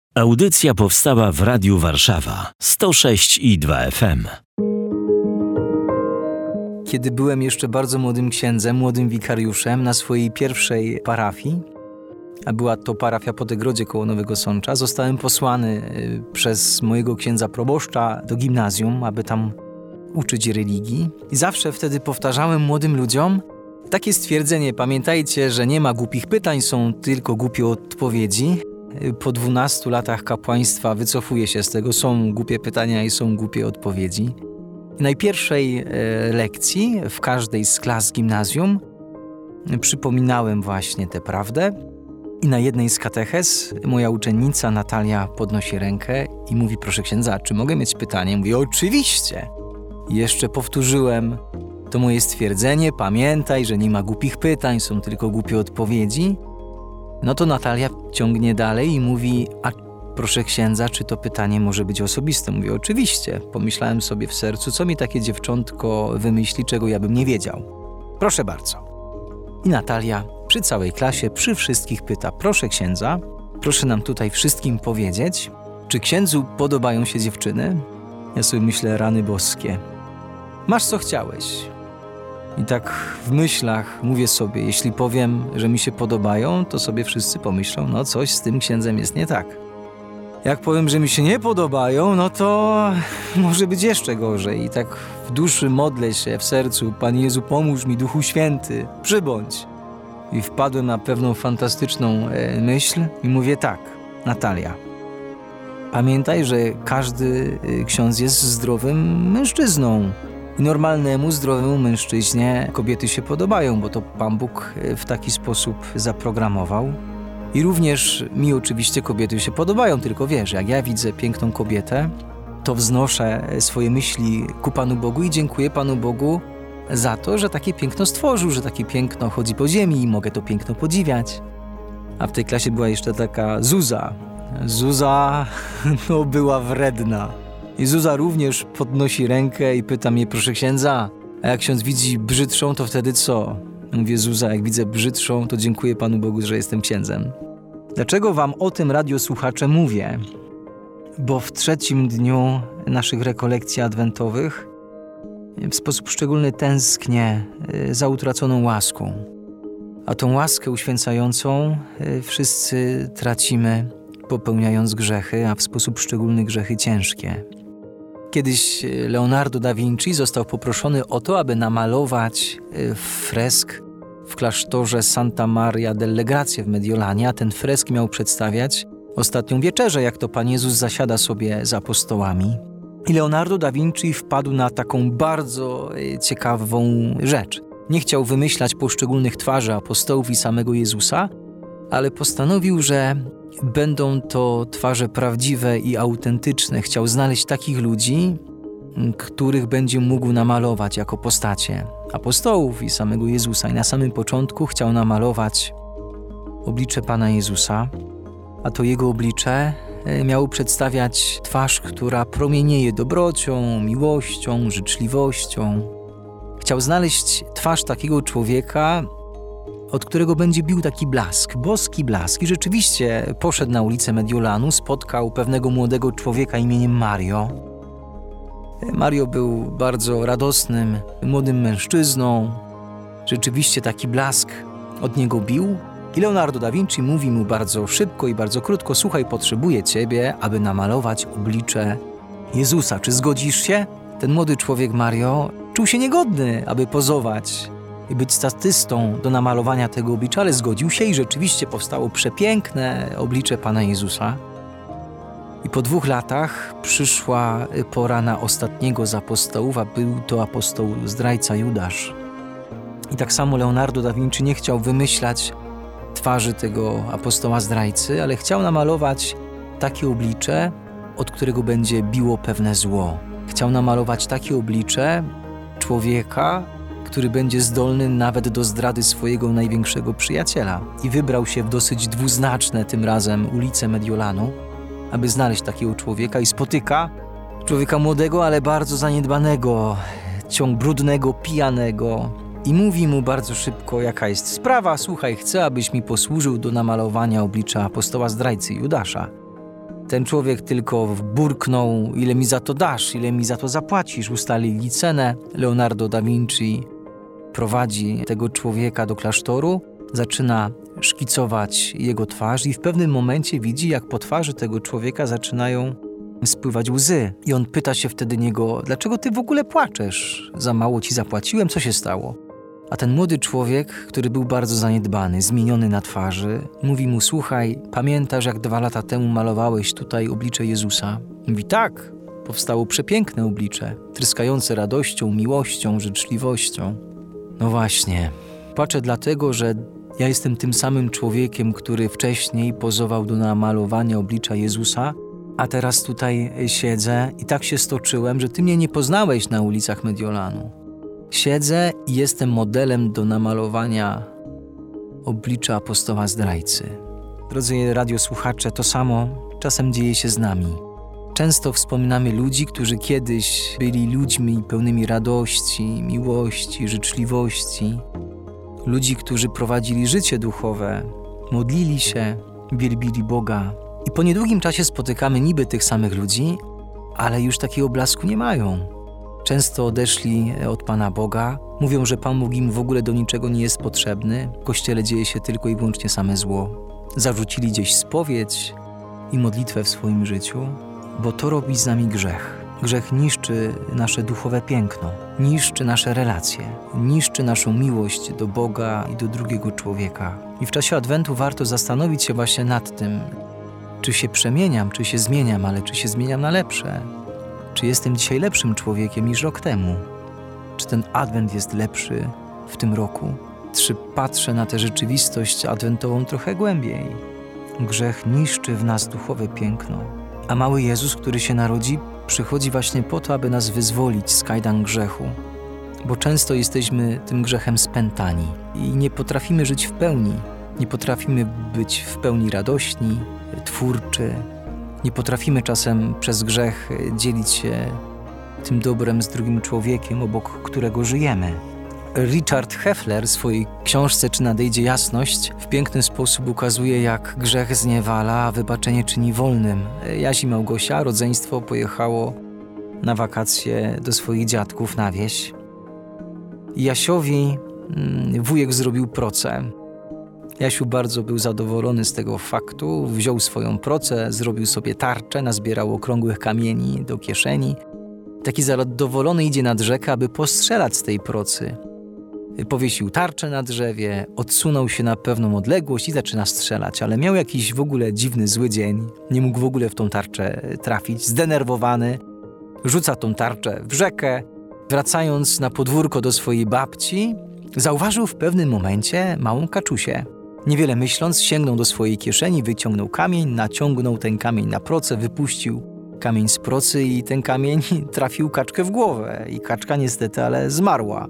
Audycja powstała w Radiu Warszawa 106,2 FM. Kiedy byłem jeszcze bardzo młodym księdzem, młodym wikariuszem na swojej pierwszej parafii, a była to parafia po Degrodzie koło Nowego Sącza, zostałem posłany przez mojego księdza proboszcza do gimnazjum, aby tam uczyć religii. I zawsze wtedy powtarzałem młodym ludziom takie stwierdzenie: pamiętajcie, że nie ma głupich pytań, są tylko głupie odpowiedzi. Po 12 latach kapłaństwa wycofuję się z tego. Są głupie pytania i są głupie odpowiedzi. W najpierwszej lekcji w każdej z klas gimnazjum przypominałem właśnie tę prawdę i na jednej z katechez moja uczennica Natalia podnosi rękę i mówi: proszę księdza, czy mogę mieć pytanie? Mówię: oczywiście. I jeszcze powtórzyłem to moje stwierdzenie: pamiętaj, że nie ma głupich pytań, są tylko głupie odpowiedzi. No to Natalia ciągnie dalej i mówi: a proszę księdza, czy to pytanie może być osobiste? Mówię: oczywiście. Pomyślałem sobie w sercu, co mi takie dziewczątko wymyśli, czego ja bym nie wiedział. Proszę bardzo. I Natalia przy całej klasie, przy wszystkich pyta: proszę księdza, proszę nam tutaj wszystkim powiedzieć, czy księdzu podobają się dziewczyny? Ja sobie myślę: rany boskie. Masz co chciałeś. I tak w myślach mówię sobie: jeśli powiem, że mi się podobają, to sobie wszyscy pomyślą: no coś z tym księdzem jest nie tak. Jak powiem, że mi się nie podobają, no to może być jeszcze gorzej. I tak w duszy modlę się w sercu: Panie Jezu, pomóż mi, Duchu Święty, przybądź. I wpadłem na pewną fantastyczną myśl i mówię: tak, Natalia, pamiętaj, że każdy ksiądz jest zdrowym mężczyzną. I normalnemu, zdrowemu mężczyźnie kobiety się podobają, bo to Pan Bóg w taki sposób zaprogramował. I również mi oczywiście kobiety się podobają, tylko wiesz, jak ja widzę piękną kobietę, to wznoszę swoje myśli ku Panu Bogu i dziękuję Panu Bogu za to, że takie piękno stworzył, że takie piękno chodzi po ziemi i mogę to piękno podziwiać. A w tej klasie była jeszcze taka Zuza. Zuza była wredna. I Zuza również podnosi rękę i pyta mnie: proszę księdza, a jak ksiądz widzi brzydszą, to wtedy co? Mówię: Zuza, jak widzę brzydszą, to dziękuję Panu Bogu, że jestem księdzem. Dlaczego wam o tym, radiosłuchacze, mówię? Bo w 3. dniu naszych rekolekcji adwentowych w sposób szczególny tęsknię za utraconą łaską. A tą łaskę uświęcającą wszyscy tracimy, popełniając grzechy, a w sposób szczególny grzechy ciężkie. Kiedyś Leonardo da Vinci został poproszony o to, aby namalować fresk w klasztorze Santa Maria delle Grazie w Mediolanie, a ten fresk miał przedstawiać ostatnią wieczerzę, jak to Pan Jezus zasiada sobie z apostołami. I Leonardo da Vinci wpadł na taką bardzo ciekawą rzecz. Nie chciał wymyślać poszczególnych twarzy apostołów i samego Jezusa, ale postanowił, że będą to twarze prawdziwe i autentyczne. Chciał znaleźć takich ludzi, których będzie mógł namalować jako postacie apostołów i samego Jezusa. I na samym początku chciał namalować oblicze Pana Jezusa, a to Jego oblicze miało przedstawiać twarz, która promienieje dobrocią, miłością, życzliwością. Chciał znaleźć twarz takiego człowieka, od którego będzie bił taki blask, boski blask. I rzeczywiście poszedł na ulicę Mediolanu, spotkał pewnego młodego człowieka imieniem Mario. Mario był bardzo radosnym, młodym mężczyzną. Rzeczywiście taki blask od niego bił. I Leonardo da Vinci mówi mu bardzo szybko i bardzo krótko: słuchaj, potrzebuję ciebie, aby namalować oblicze Jezusa. Czy zgodzisz się? Ten młody człowiek Mario czuł się niegodny, aby pozować i być statystą do namalowania tego oblicza, ale zgodził się i rzeczywiście powstało przepiękne oblicze Pana Jezusa. I po 2 latach przyszła pora na ostatniego z apostołów, a był to apostoł zdrajca Judasz. I tak samo Leonardo da Vinci nie chciał wymyślać twarzy tego apostoła zdrajcy, ale chciał namalować takie oblicze, od którego będzie biło pewne zło. Chciał namalować takie oblicze człowieka, który będzie zdolny nawet do zdrady swojego największego przyjaciela. I wybrał się w dosyć dwuznaczne tym razem ulice Mediolanu, aby znaleźć takiego człowieka, i spotyka człowieka młodego, ale bardzo zaniedbanego, ciąg brudnego, pijanego, i mówi mu bardzo szybko, jaka jest sprawa: słuchaj, chcę, abyś mi posłużył do namalowania oblicza apostoła zdrajcy Judasza. Ten człowiek tylko burknął: ile mi za to dasz, ile mi za to zapłacisz. Ustalili cenę. Leonardo da Vinci prowadzi tego człowieka do klasztoru, zaczyna szkicować jego twarz i w pewnym momencie widzi, jak po twarzy tego człowieka zaczynają spływać łzy. I on pyta się wtedy niego: dlaczego ty w ogóle płaczesz? Za mało ci zapłaciłem? Co się stało? A ten młody człowiek, który był bardzo zaniedbany, zmieniony na twarzy, mówi mu: słuchaj, pamiętasz, jak 2 lata temu malowałeś tutaj oblicze Jezusa? Mówi: tak, powstało przepiękne oblicze, tryskające radością, miłością, życzliwością. No właśnie, płaczę dlatego, że ja jestem tym samym człowiekiem, który wcześniej pozował do namalowania oblicza Jezusa, a teraz tutaj siedzę i tak się stoczyłem, że ty mnie nie poznałeś na ulicach Mediolanu. Siedzę i jestem modelem do namalowania oblicza apostoła zdrajcy. Drodzy radiosłuchacze, to samo czasem dzieje się z nami. Często wspominamy ludzi, którzy kiedyś byli ludźmi pełnymi radości, miłości, życzliwości. Ludzi, którzy prowadzili życie duchowe, modlili się, wielbili Boga. I po niedługim czasie spotykamy niby tych samych ludzi, ale już takiego blasku nie mają. Często odeszli od Pana Boga, mówią, że Pan Bóg im w ogóle do niczego nie jest potrzebny, w Kościele dzieje się tylko i wyłącznie same zło. Zarzucili gdzieś spowiedź i modlitwę w swoim życiu, bo to robi z nami grzech. Grzech niszczy nasze duchowe piękno, niszczy nasze relacje, niszczy naszą miłość do Boga i do drugiego człowieka. I w czasie Adwentu warto zastanowić się właśnie nad tym, czy się przemieniam, czy się zmieniam, ale czy się zmieniam na lepsze. Czy jestem dzisiaj lepszym człowiekiem niż rok temu? Czy ten Adwent jest lepszy w tym roku? Czy patrzę na tę rzeczywistość adwentową trochę głębiej? Grzech niszczy w nas duchowe piękno. A mały Jezus, który się narodzi, przychodzi właśnie po to, aby nas wyzwolić z kajdan grzechu. Bo często jesteśmy tym grzechem spętani i nie potrafimy żyć w pełni. Nie potrafimy być w pełni radośni, twórczy. Nie potrafimy czasem przez grzech dzielić się tym dobrem z drugim człowiekiem, obok którego żyjemy. Richard Heffler w swojej książce Czy nadejdzie jasność w piękny sposób ukazuje, jak grzech zniewala, a wybaczenie czyni wolnym. Jaś i Małgosia, rodzeństwo, pojechało na wakacje do swoich dziadków na wieś. Jasiowi wujek zrobił procę. Jasiu bardzo był zadowolony z tego faktu, wziął swoją procę, zrobił sobie tarczę, nazbierał okrągłych kamieni do kieszeni. Taki zadowolony idzie nad rzekę, aby postrzelać z tej procy. Powiesił tarczę na drzewie, odsunął się na pewną odległość i zaczyna strzelać, ale miał jakiś w ogóle dziwny, zły dzień. Nie mógł w ogóle w tą tarczę trafić. Zdenerwowany rzuca tą tarczę w rzekę. Wracając na podwórko do swojej babci, zauważył w pewnym momencie małą kaczusię. Niewiele myśląc, sięgnął do swojej kieszeni, wyciągnął kamień, naciągnął ten kamień na procę, wypuścił kamień z procy i ten kamień trafił kaczkę w głowę. I kaczka niestety, ale zmarła.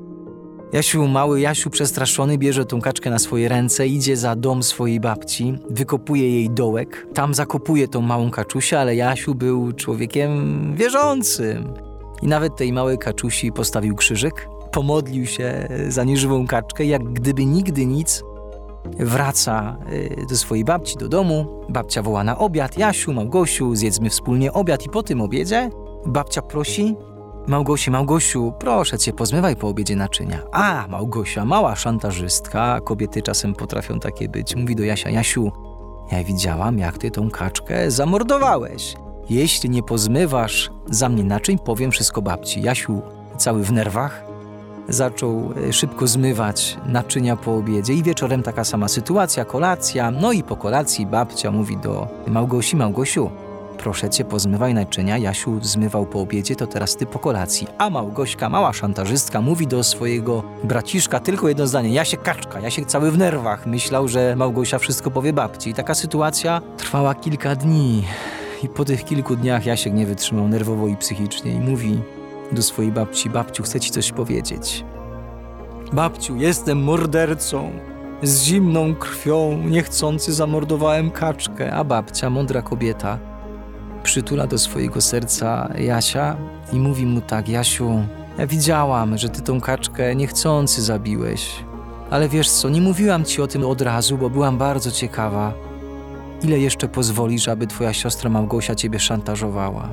Mały Jasiu przestraszony bierze tą kaczkę na swoje ręce, idzie za dom swojej babci, wykopuje jej dołek, tam zakopuje tą małą kaczusię, ale Jasiu był człowiekiem wierzącym. I nawet tej małej kaczusi postawił krzyżyk, pomodlił się za nieżywą kaczkę, jak gdyby nigdy nic. Wraca do swojej babci, do domu. Babcia woła na obiad: Jasiu, Małgosiu, zjedzmy wspólnie obiad. I po tym obiedzie babcia prosi: Małgosiu, proszę cię, pozmywaj po obiedzie naczynia. A Małgosia, mała szantażystka, kobiety czasem potrafią takie być, mówi do Jasia: Jasiu, ja widziałam, jak ty tą kaczkę zamordowałeś. Jeśli nie pozmywasz za mnie naczyń, powiem wszystko babci. Jasiu, cały w nerwach, zaczął szybko zmywać naczynia po obiedzie i wieczorem taka sama sytuacja, kolacja. No i po kolacji babcia mówi do Małgosi: Małgosiu, proszę cię, pozmywaj naczynia. Jasiu zmywał po obiedzie, to teraz ty po kolacji. A Małgośka, mała szantażystka, mówi do swojego braciszka tylko jedno zdanie: Jasiek kaczka. Jasiek cały w nerwach myślał, że Małgosia wszystko powie babci. I taka sytuacja trwała kilka dni. I po tych kilku dniach Jasiek nie wytrzymał nerwowo i psychicznie i mówi do swojej babci: babciu, chcę ci coś powiedzieć. Babciu, jestem mordercą. Z zimną krwią niechcący zamordowałem kaczkę. A babcia, mądra kobieta, przytula do swojego serca Jasia i mówi mu tak: Jasiu, ja widziałam, że ty tą kaczkę niechcący zabiłeś. Ale wiesz co, nie mówiłam ci o tym od razu, bo byłam bardzo ciekawa. Ile jeszcze pozwolisz, aby twoja siostra Małgosia ciebie szantażowała?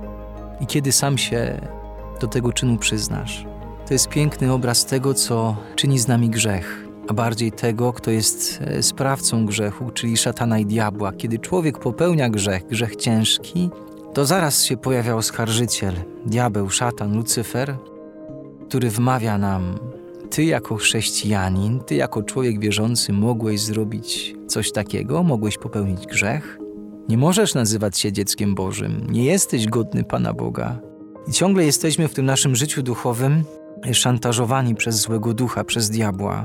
I kiedy sam się do tego czynu przyznasz? To jest piękny obraz tego, co czyni z nami grzech, a bardziej tego, kto jest sprawcą grzechu, czyli szatana i diabła. Kiedy człowiek popełnia grzech ciężki, to zaraz się pojawia oskarżyciel, diabeł, szatan, Lucyfer, który wmawia nam: ty jako chrześcijanin, ty jako człowiek wierzący mogłeś zrobić coś takiego, mogłeś popełnić grzech. Nie możesz nazywać się dzieckiem Bożym, nie jesteś godny Pana Boga. I ciągle jesteśmy w tym naszym życiu duchowym szantażowani przez złego ducha, przez diabła.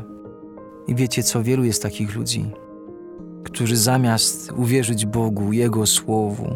I wiecie co? Wielu jest takich ludzi, którzy zamiast uwierzyć Bogu, Jego Słowu,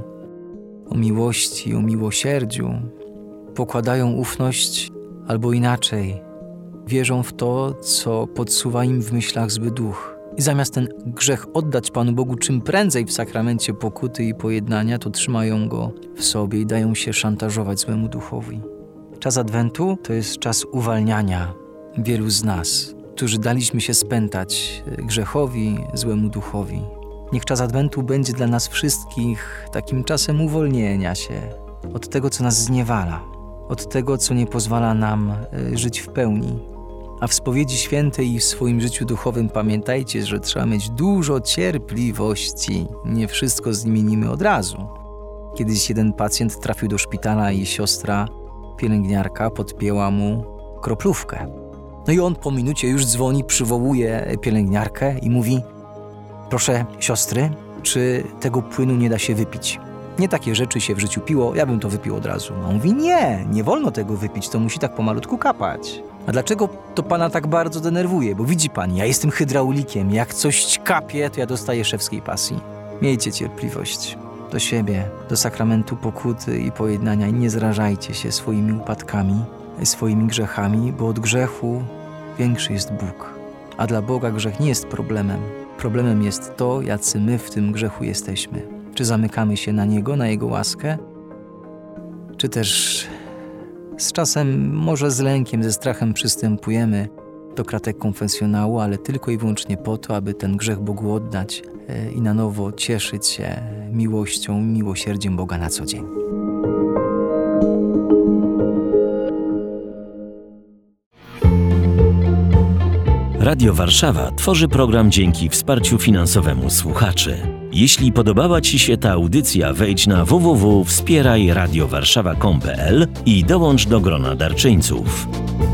o miłości, o miłosierdziu, pokładają ufność albo inaczej, wierzą w to, co podsuwa im w myślach zły duch. I zamiast ten grzech oddać Panu Bogu czym prędzej w sakramencie pokuty i pojednania, to trzymają go w sobie i dają się szantażować złemu duchowi. Czas Adwentu to jest czas uwalniania wielu z nas, którzy daliśmy się spętać grzechowi, złemu duchowi. Niech czas Adwentu będzie dla nas wszystkich takim czasem uwolnienia się od tego, co nas zniewala, od tego, co nie pozwala nam żyć w pełni. A w spowiedzi świętej i w swoim życiu duchowym pamiętajcie, że trzeba mieć dużo cierpliwości. Nie wszystko zmienimy od razu. Kiedyś jeden pacjent trafił do szpitala i siostra, pielęgniarka, podpięła mu kroplówkę. No i on po minucie już dzwoni, przywołuje pielęgniarkę i mówi: proszę siostry, czy tego płynu nie da się wypić? Nie takie rzeczy się w życiu piło, ja bym to wypił od razu. A on mówi: nie wolno tego wypić, to musi tak pomalutku kapać. A dlaczego to pana tak bardzo denerwuje? Bo widzi pani, ja jestem hydraulikiem, jak coś kapie, to ja dostaję szewskiej pasji. Miejcie cierpliwość do siebie, do sakramentu pokuty i pojednania i nie zrażajcie się swoimi upadkami, swoimi grzechami, bo od grzechu większy jest Bóg. A dla Boga grzech nie jest problemem. Problemem jest to, jacy my w tym grzechu jesteśmy. Czy zamykamy się na Niego, na Jego łaskę, czy też z czasem, może z lękiem, ze strachem przystępujemy do kratek konfesjonału, ale tylko i wyłącznie po to, aby ten grzech Bogu oddać i na nowo cieszyć się miłością, miłosierdziem Boga na co dzień. Radio Warszawa tworzy program dzięki wsparciu finansowemu słuchaczy. Jeśli podobała Ci się ta audycja, wejdź na www.wspierajradiowarszawa.com.pl i dołącz do grona darczyńców.